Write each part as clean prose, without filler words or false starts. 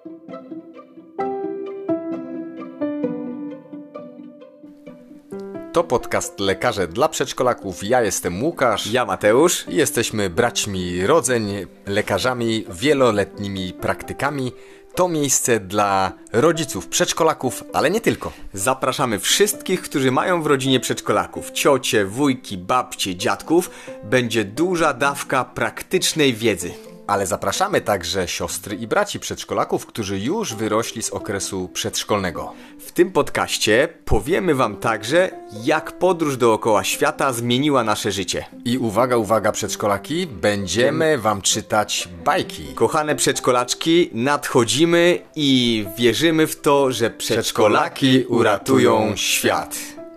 To podcast Lekarze dla Przedszkolaków. Ja jestem Łukasz. Ja Mateusz. I jesteśmy braćmi rodzeń, lekarzami, wieloletnimi praktykami. To miejsce dla rodziców przedszkolaków, ale nie tylko. Zapraszamy wszystkich, którzy mają w rodzinie przedszkolaków, ciocie, wujki, babcie, dziadków. Będzie duża dawka praktycznej wiedzy. Ale zapraszamy także siostry i braci przedszkolaków, którzy już wyrośli z okresu przedszkolnego. W tym podcaście powiemy wam także, jak podróż dookoła świata zmieniła nasze życie. I uwaga przedszkolaki, będziemy wam czytać bajki. Kochane przedszkolaczki, nadchodzimy i wierzymy w to, że przedszkolaki uratują świat.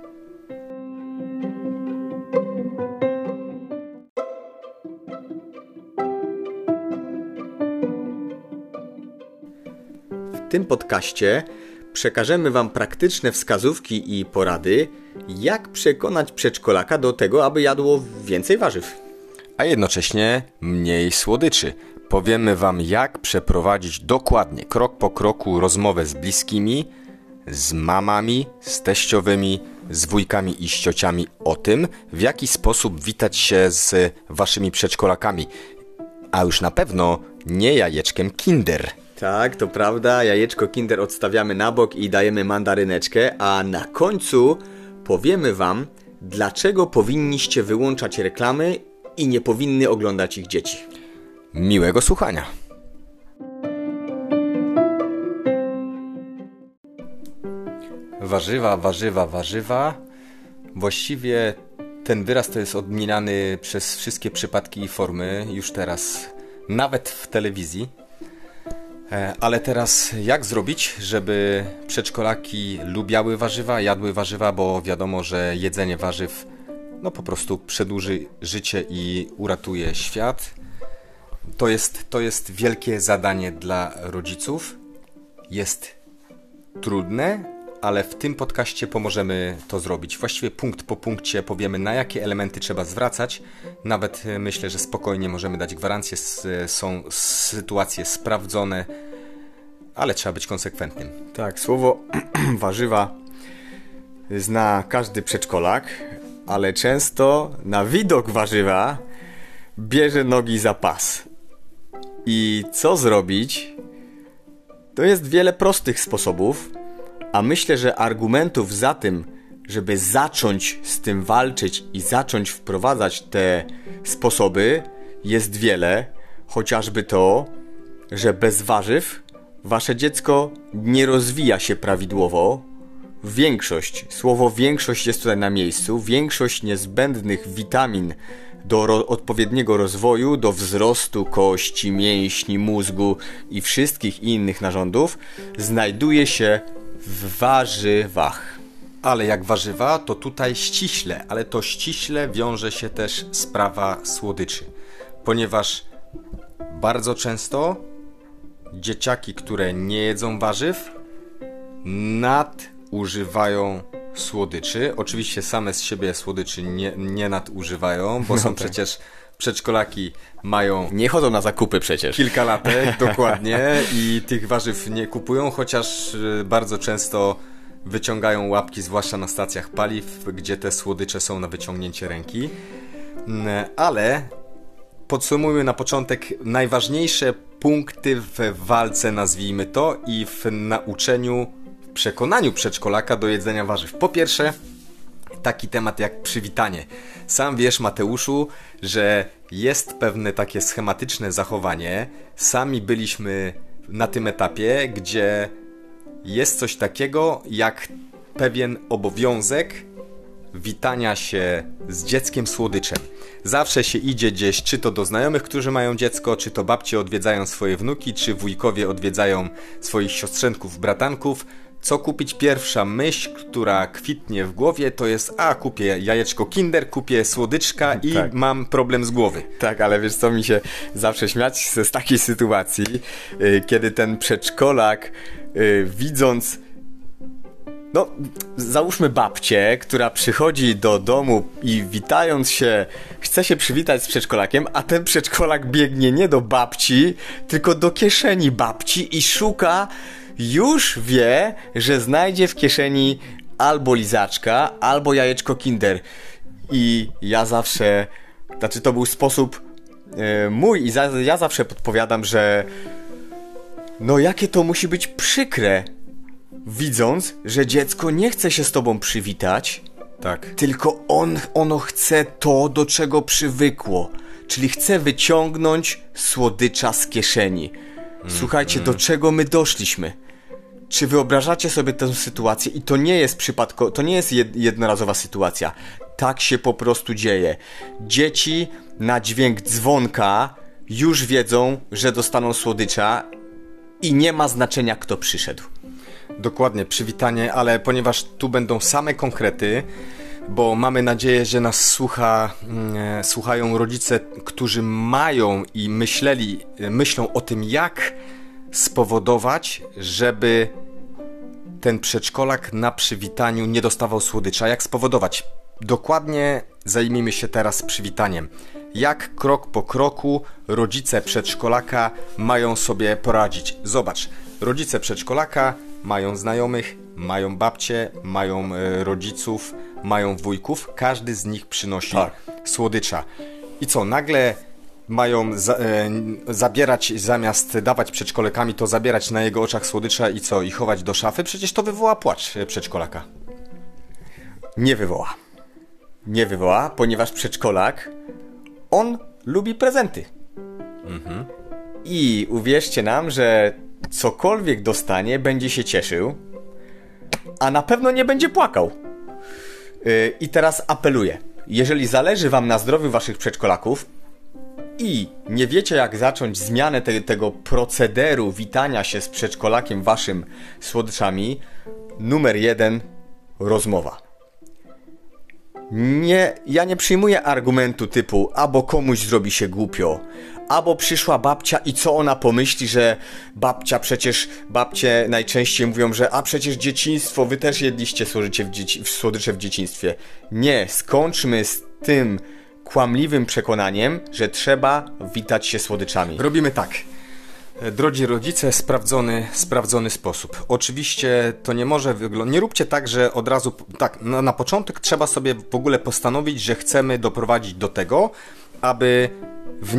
W tym podcaście przekażemy wam praktyczne wskazówki i porady, jak przekonać przedszkolaka do tego, aby jadło więcej warzyw. A jednocześnie mniej słodyczy. Powiemy wam, jak przeprowadzić dokładnie, krok po kroku rozmowę z bliskimi, z mamami, z teściowymi, z wujkami i z ciociami o tym, w jaki sposób witać się z waszymi przedszkolakami. A już na pewno nie jajeczkiem Kinder. Tak, to prawda, jajeczko Kinder odstawiamy na bok i dajemy mandaryneczkę, a na końcu powiemy wam, dlaczego powinniście wyłączać reklamy i nie powinny oglądać ich dzieci. Miłego słuchania. Warzywa. Właściwie ten wyraz to jest odmieniany przez wszystkie przypadki i formy już teraz, nawet w telewizji. Ale teraz jak zrobić, żeby przedszkolaki lubiały warzywa, jadły warzywa, bo wiadomo, że jedzenie warzyw po prostu przedłuży życie i uratuje świat. To jest wielkie zadanie dla rodziców. Jest trudne, ale w tym podcaście pomożemy to zrobić. Właściwie punkt po punkcie powiemy, na jakie elementy trzeba zwracać. Nawet myślę, że spokojnie możemy dać gwarancję, są sytuacje sprawdzone, ale trzeba być konsekwentnym. Tak, słowo warzywa zna każdy przedszkolak, ale często na widok warzywa bierze nogi za pas. I co zrobić? To jest wiele prostych sposobów, a myślę, że argumentów za tym, żeby zacząć z tym walczyć i zacząć wprowadzać te sposoby, jest wiele. Chociażby to, że bez warzyw wasze dziecko nie rozwija się prawidłowo. Słowo większość jest tutaj na miejscu. Większość niezbędnych witamin do odpowiedniego rozwoju, do wzrostu kości, mięśni, mózgu i wszystkich innych narządów znajduje się w warzywach. Ale jak warzywa, to tutaj ściśle, ale to ściśle wiąże się też sprawa słodyczy. Ponieważ bardzo często dzieciaki, które nie jedzą warzyw, nadużywają słodyczy. Oczywiście same z siebie słodyczy nie nadużywają, bo są przecież przedszkolaki mają... Nie chodzą na zakupy przecież. Kilka latek, dokładnie, i tych warzyw nie kupują, chociaż bardzo często wyciągają łapki, zwłaszcza na stacjach paliw, gdzie te słodycze są na wyciągnięcie ręki. Ale podsumujmy na początek najważniejsze punkty w walce, nazwijmy to, i w nauczeniu, w przekonaniu przedszkolaka do jedzenia warzyw. Po pierwsze, taki temat jak przywitanie. Sam wiesz, Mateuszu, że jest pewne takie schematyczne zachowanie. Sami byliśmy na tym etapie, gdzie jest coś takiego jak pewien obowiązek witania się z dzieckiem słodyczem. Zawsze się idzie gdzieś, czy to do znajomych, którzy mają dziecko, czy to babcie odwiedzają swoje wnuki, czy wujkowie odwiedzają swoich siostrzenków, bratanków. Co kupić? Pierwsza myśl, która kwitnie w głowie, to jest: kupię jajeczko Kinder, kupię słodyczka i mam problem z głowy. Tak, ale wiesz co, mi się zawsze śmiać z takiej sytuacji, kiedy ten przedszkolak, widząc no, załóżmy babcię, która przychodzi do domu i witając się, chce się przywitać z przedszkolakiem, a ten przedszkolak biegnie nie do babci, tylko do kieszeni babci i szuka, już wie, że znajdzie w kieszeni albo lizaczka, albo jajeczko Kinder. I ja zawsze, znaczy to był sposób mój i ja zawsze podpowiadam, że no jakie to musi być przykre, widząc, że dziecko nie chce się z tobą przywitać, Tak. tylko ono chce to, do czego przywykło. Czyli chce wyciągnąć słodycza z kieszeni. Słuchajcie, do czego my doszliśmy? Czy wyobrażacie sobie tę sytuację? I to nie jest to nie jest jednorazowa sytuacja. Tak się po prostu dzieje. Dzieci na dźwięk dzwonka już wiedzą, że dostaną słodycza i nie ma znaczenia, kto przyszedł. Dokładnie, przywitanie, ale ponieważ tu będą same konkrety, bo mamy nadzieję, że nas słuchają rodzice, którzy mają i myślą o tym, jak spowodować, żeby ten przedszkolak na przywitaniu nie dostawał słodycza. Jak spowodować? Dokładnie zajmijmy się teraz przywitaniem. Jak krok po kroku rodzice przedszkolaka mają sobie poradzić. Zobacz, rodzice przedszkolaka mają znajomych, mają babcie, mają rodziców, mają wujków. Każdy z nich przynosi słodycza. I co, nagle mają zabierać, zamiast dawać przedszkolakami, to zabierać na jego oczach słodycza i co? I chować do szafy? Przecież to wywoła płacz przedszkolaka. Nie wywoła, ponieważ przedszkolak, on lubi prezenty. I uwierzcie nam, że cokolwiek dostanie, będzie się cieszył, a na pewno nie będzie płakał. I teraz apeluję, jeżeli zależy wam na zdrowiu waszych przedszkolaków i nie wiecie, jak zacząć zmianę tego procederu witania się z przedszkolakiem waszym słodyczami, numer 1, rozmowa. Ja nie przyjmuję argumentu typu albo komuś zrobi się głupio, albo przyszła babcia i co ona pomyśli, że babcie najczęściej mówią, że a przecież dzieciństwo, wy też jedliście słodycze w dzieciństwie. Nie, skończmy z tym kłamliwym przekonaniem, że witać się słodyczami. Robimy tak. Drodzy rodzice, sprawdzony sposób. Oczywiście to nie może wyglądać. Nie róbcie tak, że od razu. Tak, na początek trzeba sobie w ogóle postanowić, że chcemy doprowadzić do tego, aby w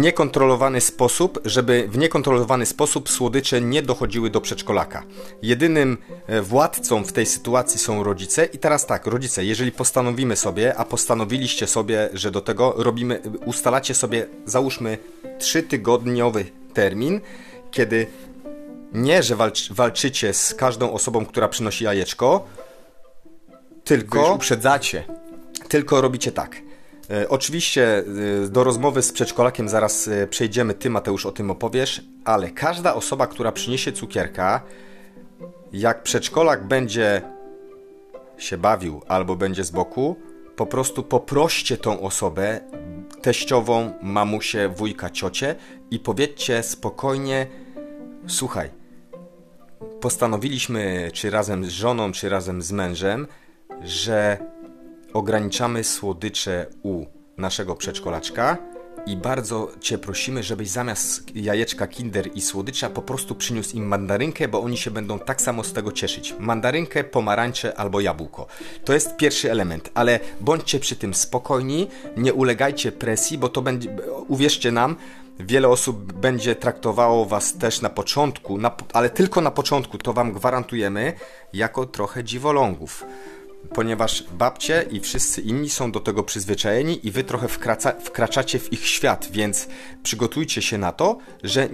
niekontrolowany sposób słodycze nie dochodziły do przedszkolaka. Jedynym władcą w tej sytuacji są rodzice. I teraz tak, rodzice, jeżeli postanowimy sobie, a postanowiliście sobie, że do tego ustalacie sobie, załóżmy 3-tygodniowy termin, kiedy nie, że walczycie z każdą osobą, która przynosi jajeczko, tylko uprzedzacie. Tylko robicie tak. Oczywiście do rozmowy z przedszkolakiem zaraz przejdziemy, ty, Mateusz, o tym opowiesz, ale każda osoba, która przyniesie cukierka, jak przedszkolak będzie się bawił albo będzie z boku, po prostu poproście tą osobę, teściową, mamusię, wujka, ciocię i powiedzcie spokojnie: słuchaj, postanowiliśmy, czy razem z żoną, czy razem z mężem, że ograniczamy słodycze u naszego przedszkolaczka i bardzo cię prosimy, żebyś zamiast jajeczka Kinder i słodycza po prostu przyniósł im mandarynkę, bo oni się będą tak samo z tego cieszyć. Mandarynkę, pomarańcze albo jabłko. To jest pierwszy element, ale bądźcie przy tym spokojni, nie ulegajcie presji, bo to będzie, uwierzcie nam, wiele osób będzie traktowało was też na początku, ale tylko na początku, to wam gwarantujemy, jako trochę dziwolągów. Ponieważ babcie i wszyscy inni są do tego przyzwyczajeni i wy trochę wkraczacie w ich świat, więc przygotujcie się na to, że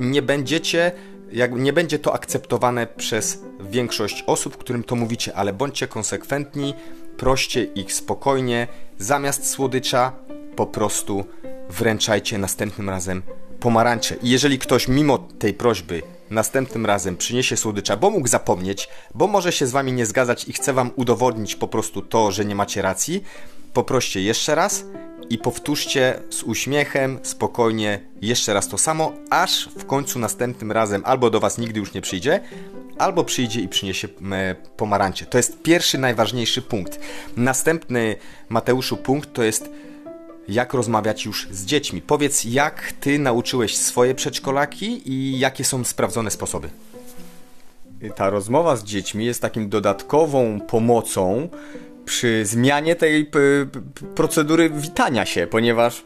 nie będzie to akceptowane przez większość osób, którym to mówicie, ale bądźcie konsekwentni, proście ich spokojnie, zamiast słodycza po prostu wręczajcie następnym razem pomarańcze. I jeżeli ktoś mimo tej prośby następnym razem przyniesie słodycza, bo mógł zapomnieć, bo może się z wami nie zgadzać i chce wam udowodnić po prostu to, że nie macie racji, poproście jeszcze raz i powtórzcie z uśmiechem, spokojnie, jeszcze raz to samo, aż w końcu następnym razem albo do was nigdy już nie przyjdzie, albo przyjdzie i przyniesie pomarańcze. To jest pierwszy, najważniejszy punkt. Następny, Mateuszu, punkt to jest jak rozmawiać już z dziećmi. Powiedz, jak ty nauczyłeś swoje przedszkolaki i jakie są sprawdzone sposoby? Ta rozmowa z dziećmi jest takim dodatkową pomocą przy zmianie tej procedury witania się, ponieważ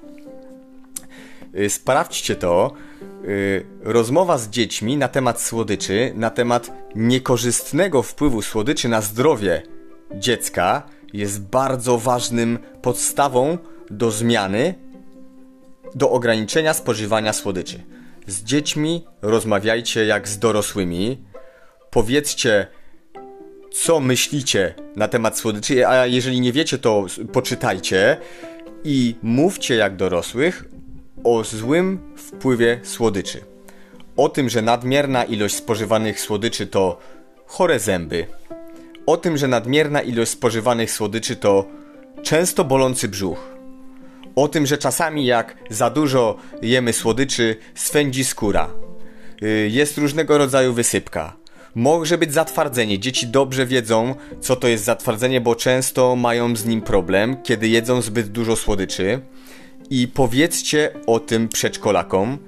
sprawdźcie to, rozmowa z dziećmi na temat słodyczy, na temat niekorzystnego wpływu słodyczy na zdrowie dziecka jest bardzo ważnym podstawą do zmiany, do ograniczenia spożywania słodyczy. Z dziećmi rozmawiajcie jak z dorosłymi. Powiedzcie, co myślicie na temat słodyczy, a jeżeli nie wiecie, to poczytajcie i mówcie jak dorosłych o złym wpływie słodyczy. O tym, że nadmierna ilość spożywanych słodyczy to chore zęby. O tym, że nadmierna ilość spożywanych słodyczy to często bolący brzuch. O tym, że czasami jak za dużo jemy słodyczy, swędzi skóra. Jest różnego rodzaju wysypka. Może być zatwardzenie. Dzieci dobrze wiedzą, co to jest zatwardzenie, bo często mają z nim problem, kiedy jedzą zbyt dużo słodyczy. I powiedzcie o tym przedszkolakom.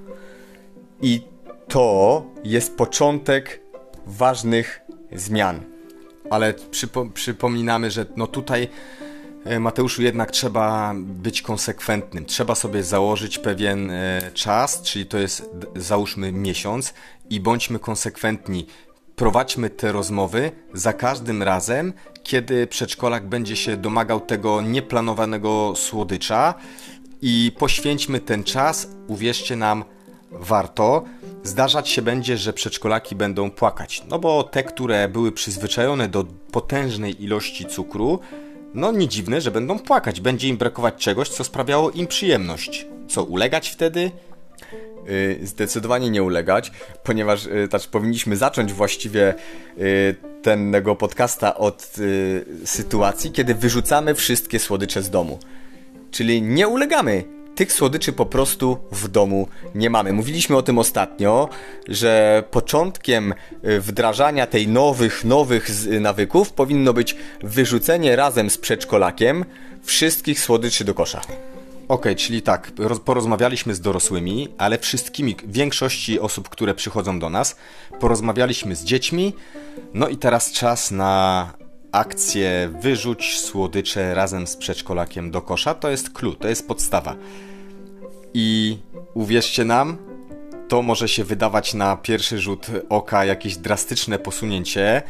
I to jest początek ważnych zmian. Ale przypominamy, że no tutaj, Mateuszu, jednak trzeba być konsekwentnym. Trzeba sobie założyć pewien czas, czyli to jest, załóżmy, miesiąc i bądźmy konsekwentni. Prowadźmy te rozmowy za każdym razem, kiedy przedszkolak będzie się domagał tego nieplanowanego słodycza i poświęćmy ten czas, uwierzcie nam, warto. Zdarzać się będzie, że przedszkolaki będą płakać, no bo te, które były przyzwyczajone do potężnej ilości cukru, no nie dziwne, że będą płakać. Będzie im brakować czegoś, co sprawiało im przyjemność. Co, ulegać wtedy? Zdecydowanie nie ulegać, ponieważ też powinniśmy zacząć właściwie tego podcasta od sytuacji, kiedy wyrzucamy wszystkie słodycze z domu. Czyli nie ulegamy. Tych słodyczy po prostu w domu nie mamy. Mówiliśmy o tym ostatnio, że początkiem wdrażania tej nowych nawyków powinno być wyrzucenie razem z przedszkolakiem wszystkich słodyczy do kosza. Okej, czyli tak, porozmawialiśmy z dorosłymi, ale wszystkimi, większości osób, które przychodzą do nas, porozmawialiśmy z dziećmi, no i teraz czas na akcję wyrzuć słodycze razem z przedszkolakiem do kosza. To jest clue, to jest podstawa. I uwierzcie nam, to może się wydawać na pierwszy rzut oka jakieś drastyczne posunięcie,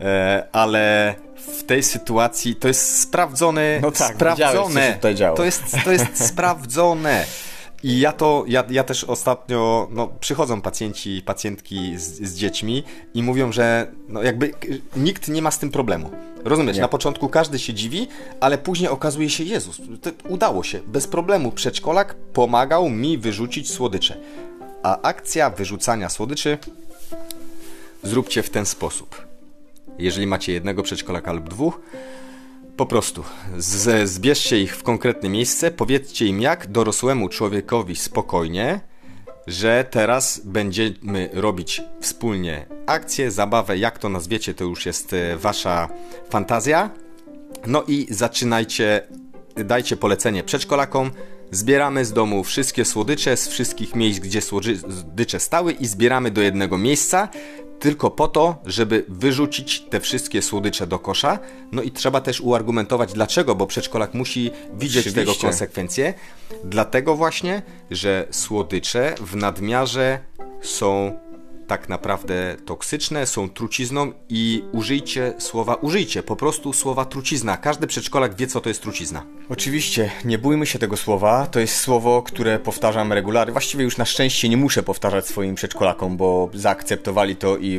ale w tej sytuacji to jest sprawdzone. No tak, sprawdzone. To jest sprawdzone. I ja też ostatnio, no, przychodzą pacjentki z dziećmi i mówią, że no jakby nikt nie ma z tym problemu. Rozumiesz? Nie. Na początku każdy się dziwi, ale później okazuje się, Jezus, udało się. Bez problemu przedszkolak pomagał mi wyrzucić słodycze. A akcja wyrzucania słodyczy zróbcie w ten sposób. Jeżeli macie jednego przedszkolaka lub dwóch, po prostu zbierzcie ich w konkretne miejsce, powiedzcie im jak dorosłemu człowiekowi spokojnie, że teraz będziemy robić wspólnie akcję, zabawę, jak to nazwiecie, to już jest wasza fantazja. No i zaczynajcie, dajcie polecenie przedszkolakom, zbieramy z domu wszystkie słodycze z wszystkich miejsc, gdzie słodycze stały i zbieramy do jednego miejsca, tylko po to, żeby wyrzucić te wszystkie słodycze do kosza. No i trzeba też uargumentować dlaczego, bo przedszkolak musi widzieć tego konsekwencje. Dlatego właśnie, że słodycze w nadmiarze są tak naprawdę toksyczne, są trucizną i użyjcie po prostu słowa trucizna. Każdy przedszkolak wie, co to jest trucizna. Oczywiście, nie bójmy się tego słowa. To jest słowo, które powtarzam regularnie. Właściwie już na szczęście nie muszę powtarzać swoim przedszkolakom, bo zaakceptowali to i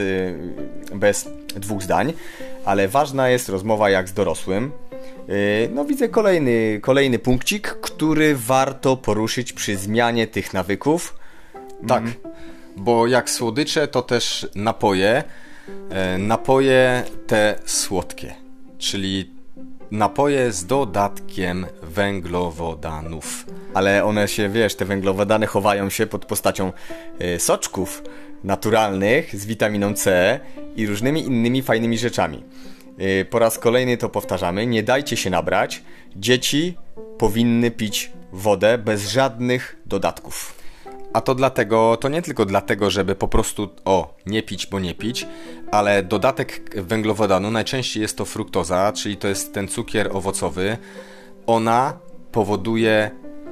bez dwóch zdań. Ale ważna jest rozmowa jak z dorosłym. No widzę kolejny punkcik, który warto poruszyć przy zmianie tych nawyków. Tak. Bo jak słodycze, to też napoje. Napoje te słodkie, czyli napoje z dodatkiem węglowodanów. Ale one się, wiesz, te węglowodany chowają się pod postacią soczków naturalnych z witaminą C i różnymi innymi fajnymi rzeczami. Po raz kolejny to powtarzamy, nie dajcie się nabrać. Dzieci powinny pić wodę bez żadnych dodatków. A to dlatego, to nie tylko dlatego, żeby po prostu, nie pić, bo nie pić, ale dodatek węglowodanu, najczęściej jest to fruktoza, czyli to jest ten cukier owocowy. Ona powoduje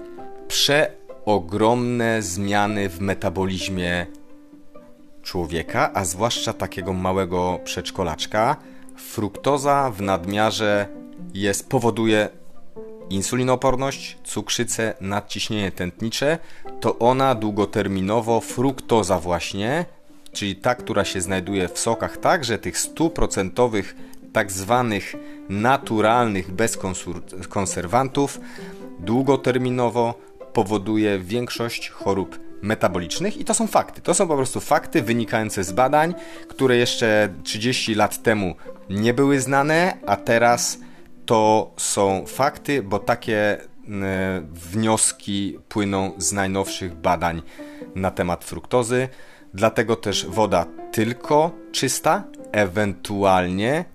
przeogromne zmiany w metabolizmie człowieka, a zwłaszcza takiego małego przedszkolaczka. Fruktoza w nadmiarze powoduje insulinooporność, cukrzycę, nadciśnienie tętnicze. To ona długoterminowo, fruktoza właśnie, czyli ta, która się znajduje w sokach, także tych 100% tak zwanych naturalnych, bez konserwantów, długoterminowo powoduje większość chorób metabolicznych i to są fakty. To są po prostu fakty wynikające z badań, które jeszcze 30 lat temu nie były znane, a teraz to są fakty, bo takie wnioski płyną z najnowszych badań na temat fruktozy. Dlatego też woda tylko czysta, ewentualnie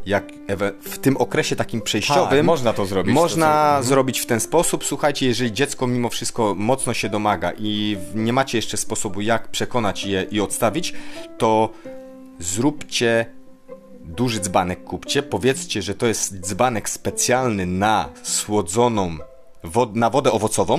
w tym okresie takim przejściowym można to zrobić. Można zrobić w ten sposób. Słuchajcie, jeżeli dziecko mimo wszystko mocno się domaga i nie macie jeszcze sposobu, jak przekonać je i odstawić, to zróbcie duży dzbanek, kupcie, powiedzcie, że to jest dzbanek specjalny na słodzoną na wodę owocową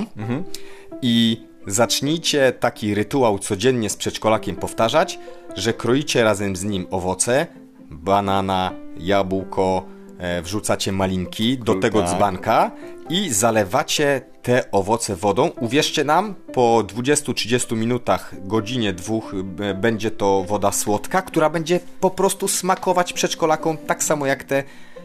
i zacznijcie taki rytuał codziennie z przedszkolakiem powtarzać, że kroicie razem z nim owoce, banana, jabłko, wrzucacie malinki do tego dzbanka i zalewacie te owoce wodą. Uwierzcie nam, po 20-30 minutach, godzinie, 2 będzie to woda słodka, która będzie po prostu smakować przedszkolakom tak samo jak te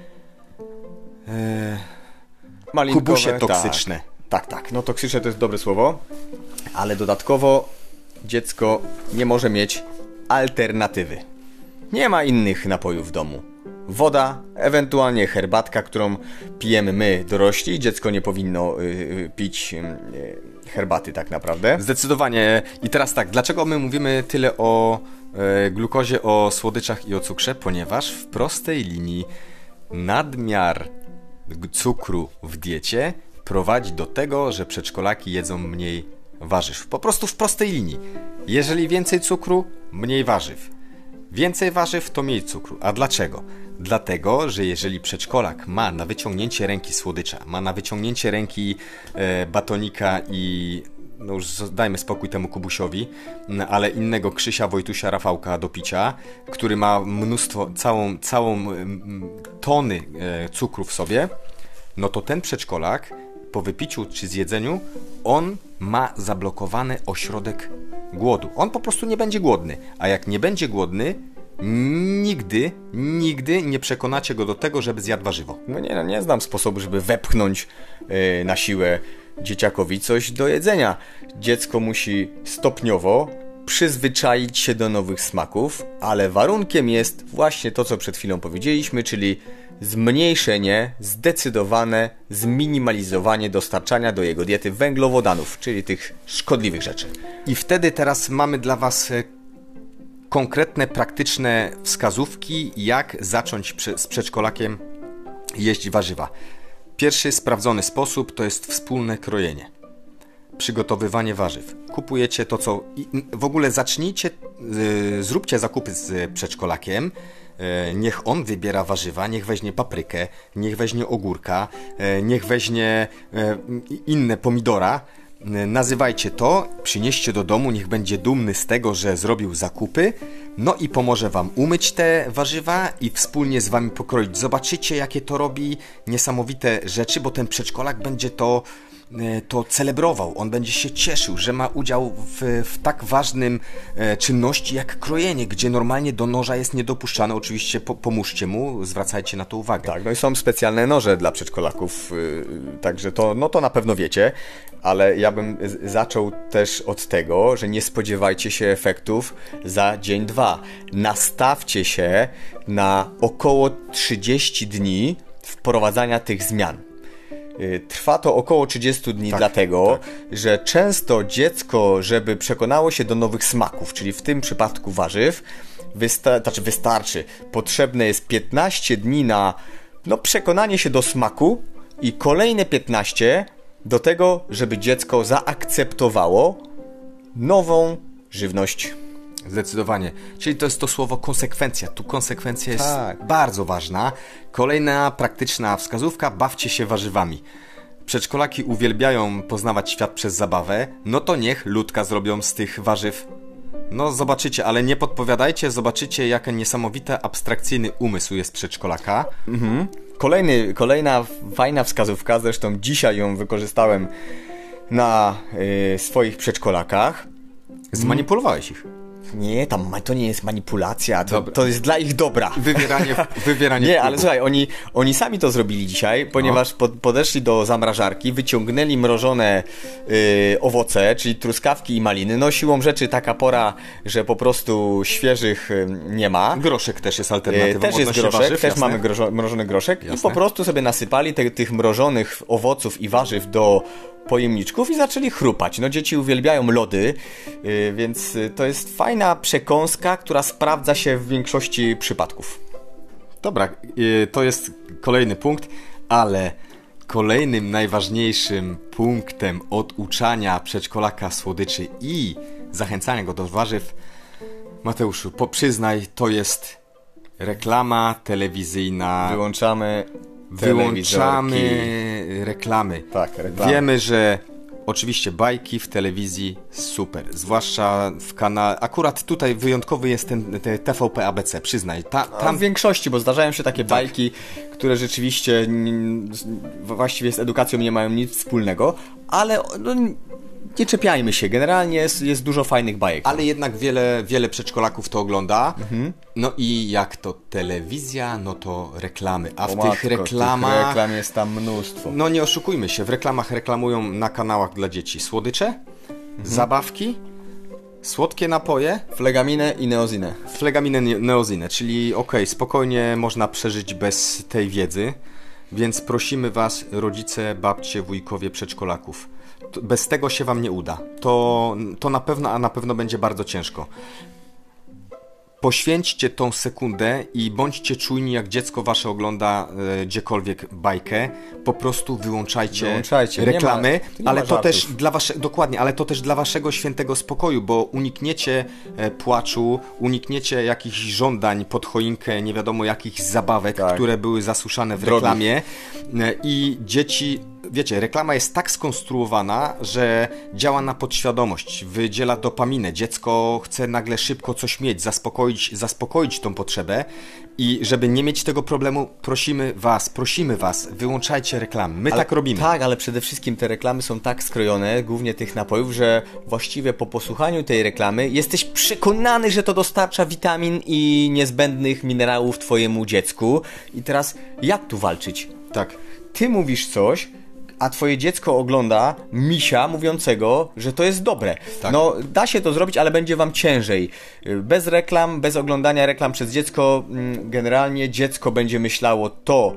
kubusie toksyczne. Tak. No toksyczne to jest dobre słowo, ale dodatkowo dziecko nie może mieć alternatywy. Nie ma innych napojów w domu. Woda, ewentualnie herbatka, którą pijemy my, dorośli. Dziecko nie powinno pić herbaty tak naprawdę. Zdecydowanie. I teraz tak, dlaczego my mówimy tyle o glukozie, o słodyczach i o cukrze? Ponieważ w prostej linii nadmiar cukru w diecie prowadzi do tego, że przedszkolaki jedzą mniej warzyw. Po prostu w prostej linii. Jeżeli więcej cukru, mniej warzyw. Więcej warzyw to mniej cukru. A dlaczego? Dlatego, że jeżeli przedszkolak ma na wyciągnięcie ręki słodycza, ma na wyciągnięcie ręki batonika i no już dajmy spokój temu Kubusiowi, ale innego Krzysia, Wojtusia, Rafałka do picia, który ma mnóstwo, całą tony cukru w sobie, no to ten przedszkolak po wypiciu czy zjedzeniu, on ma zablokowany ośrodek głodu. On po prostu nie będzie głodny. A jak nie będzie głodny, nigdy nie przekonacie go do tego, żeby zjadł warzywo. No nie znam sposobu, żeby wepchnąć na siłę dzieciakowi coś do jedzenia. Dziecko musi stopniowo przyzwyczaić się do nowych smaków, ale warunkiem jest właśnie to, co przed chwilą powiedzieliśmy, czyli zmniejszenie, zdecydowane zminimalizowanie dostarczania do jego diety węglowodanów, czyli tych szkodliwych rzeczy. I wtedy teraz mamy dla Was konkretne, praktyczne wskazówki, jak zacząć z przedszkolakiem jeść warzywa. Pierwszy sprawdzony sposób to jest wspólne krojenie. Przygotowywanie warzyw. Kupujecie to, co... W ogóle zacznijcie, zróbcie zakupy z przedszkolakiem. Niech on wybiera warzywa, niech weźmie paprykę, niech weźmie ogórka, niech weźmie inne pomidora. Nazywajcie to, przynieście do domu, niech będzie dumny z tego, że zrobił zakupy, no i pomoże Wam umyć te warzywa i wspólnie z Wami pokroić. Zobaczycie, jakie to robi niesamowite rzeczy, bo ten przedszkolak będzie to celebrował, on będzie się cieszył, że ma udział w tak ważnym czynności jak krojenie, gdzie normalnie do noża jest niedopuszczane. Oczywiście pomóżcie mu, zwracajcie na to uwagę. Tak, no i są specjalne noże dla przedszkolaków, także to na pewno wiecie, ale ja bym zaczął też od tego, że nie spodziewajcie się efektów za dzień, 2. Nastawcie się na około 30 dni wprowadzania tych zmian. Trwa to około 30 dni, dlatego, że często dziecko, żeby przekonało się do nowych smaków, czyli w tym przypadku warzyw, wystarczy. Potrzebne jest 15 dni na przekonanie się do smaku i kolejne 15 do tego, żeby dziecko zaakceptowało nową żywność. Zdecydowanie. Czyli to jest to słowo konsekwencja. Tu konsekwencja jest bardzo ważna. Kolejna praktyczna wskazówka: bawcie się warzywami. Przedszkolaki uwielbiają poznawać świat przez zabawę, no to niech ludka zrobią z tych warzyw. No zobaczycie, ale nie podpowiadajcie, zobaczycie jaki niesamowity, abstrakcyjny umysł jest przedszkolaka. Kolejna fajna wskazówka, zresztą dzisiaj ją wykorzystałem na swoich przedszkolakach. Zmanipulowałeś ich. Nie, to nie jest manipulacja, to jest dla ich dobra. Wywieranie Nie, ale słuchaj, oni sami to zrobili dzisiaj, ponieważ podeszli do zamrażarki, wyciągnęli mrożone owoce, czyli truskawki i maliny. No siłą rzeczy taka pora, że po prostu świeżych nie ma. Groszek też jest alternatywą. Też jest groszek, warzyw, też jasne. mamy mrożony groszek. Jasne. I po prostu sobie nasypali tych mrożonych owoców i warzyw do pojemniczków i zaczęli chrupać. No dzieci uwielbiają lody, więc to jest fajna przekąska, która sprawdza się w większości przypadków. Dobra, to jest kolejny punkt, ale kolejnym najważniejszym punktem oduczania przedszkolaka słodyczy i zachęcania go do warzyw, Mateuszu, przyznaj, to jest reklama telewizyjna. Wyłączamy reklamy. Tak, reklamy. Wiemy, że oczywiście bajki w telewizji super, zwłaszcza w kanale, akurat tutaj wyjątkowy jest ten TVP ABC, przyznaj. Tam w większości, bo zdarzają się takie bajki, które rzeczywiście właściwie z edukacją nie mają nic wspólnego, ale nie czepiajmy się, generalnie jest dużo fajnych bajek. Ale jednak wiele przedszkolaków to ogląda. No i jak to telewizja, no to reklamy. A w tych reklamach... Tych reklam jest tam mnóstwo. No nie oszukujmy się, w reklamach reklamują na kanałach dla dzieci słodycze, zabawki, słodkie napoje, Flegaminę i neozinę. Flegaminę, neozinę, czyli spokojnie można przeżyć bez tej wiedzy. Więc prosimy was, rodzice, babcie, wujkowie przedszkolaków. Bez tego się wam nie uda. To na pewno, a na pewno będzie bardzo ciężko. Poświęćcie tą sekundę i bądźcie czujni, jak dziecko wasze ogląda gdziekolwiek bajkę. Po prostu wyłączajcie reklamy, ale to też dla dokładnie, ale to też dla waszego świętego spokoju, bo unikniecie płaczu, unikniecie jakichś żądań pod choinkę, nie wiadomo jakich zabawek, które były zasuszane w reklamie. I dzieci... Wiecie, reklama jest tak skonstruowana, że działa na podświadomość, wydziela dopaminę. Dziecko chce nagle szybko coś mieć, zaspokoić tą potrzebę i żeby nie mieć tego problemu, prosimy was, wyłączajcie reklamy. My tak robimy. Tak, ale przede wszystkim te reklamy są tak skrojone, głównie tych napojów, że właściwie po posłuchaniu tej reklamy jesteś przekonany, że to dostarcza witamin i niezbędnych minerałów twojemu dziecku. I teraz jak tu walczyć? Tak. Ty mówisz coś, a twoje dziecko ogląda misia mówiącego, że to jest dobre. Tak. No, da się to zrobić, ale będzie wam ciężej. Bez reklam, bez oglądania reklam przez dziecko, generalnie dziecko będzie myślało to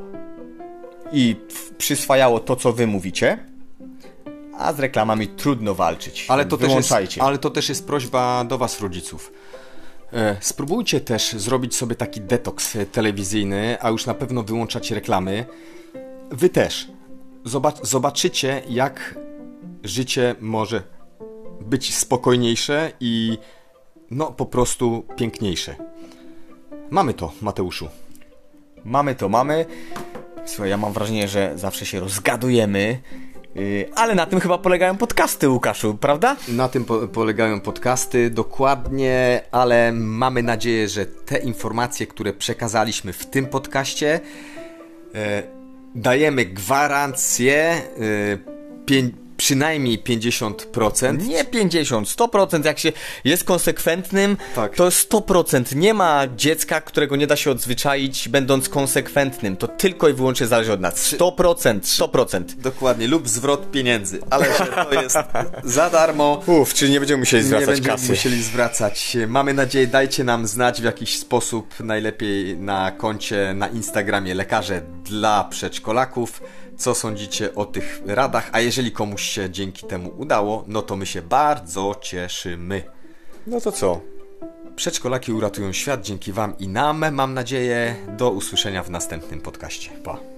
i przyswajało to, co wy mówicie, a z reklamami trudno walczyć. Ale to też jest prośba do was, rodziców. Spróbujcie też zrobić sobie taki detoks telewizyjny, a już na pewno wyłączać reklamy. Wy też. Zobaczycie, jak życie może być spokojniejsze i po prostu piękniejsze. Mamy to, Mateuszu. Mamy. Słuchaj, ja mam wrażenie, że zawsze się rozgadujemy, ale na tym chyba polegają podcasty, Łukaszu, prawda? Na tym polegają podcasty, dokładnie, ale mamy nadzieję, że te informacje, które przekazaliśmy w tym podcaście, dajemy gwarancję przynajmniej 50%. Nie 50, 100%. Jak się jest konsekwentnym, to 100%. Nie ma dziecka, którego nie da się odzwyczaić, będąc konsekwentnym. To tylko i wyłącznie zależy od nas. 100%. Dokładnie, lub zwrot pieniędzy. Ale że to jest za darmo. Czyli nie będziemy musieli zwracać kasy. Nie będziemy musieli zwracać. Mamy nadzieję, dajcie nam znać w jakiś sposób, najlepiej na koncie, na Instagramie Lekarze dla Przedszkolaków. Co sądzicie o tych radach, a jeżeli komuś się dzięki temu udało, no to my się bardzo cieszymy. No to co? Przedszkolaki uratują świat dzięki Wam i nam, mam nadzieję. Do usłyszenia w następnym podcaście. Pa!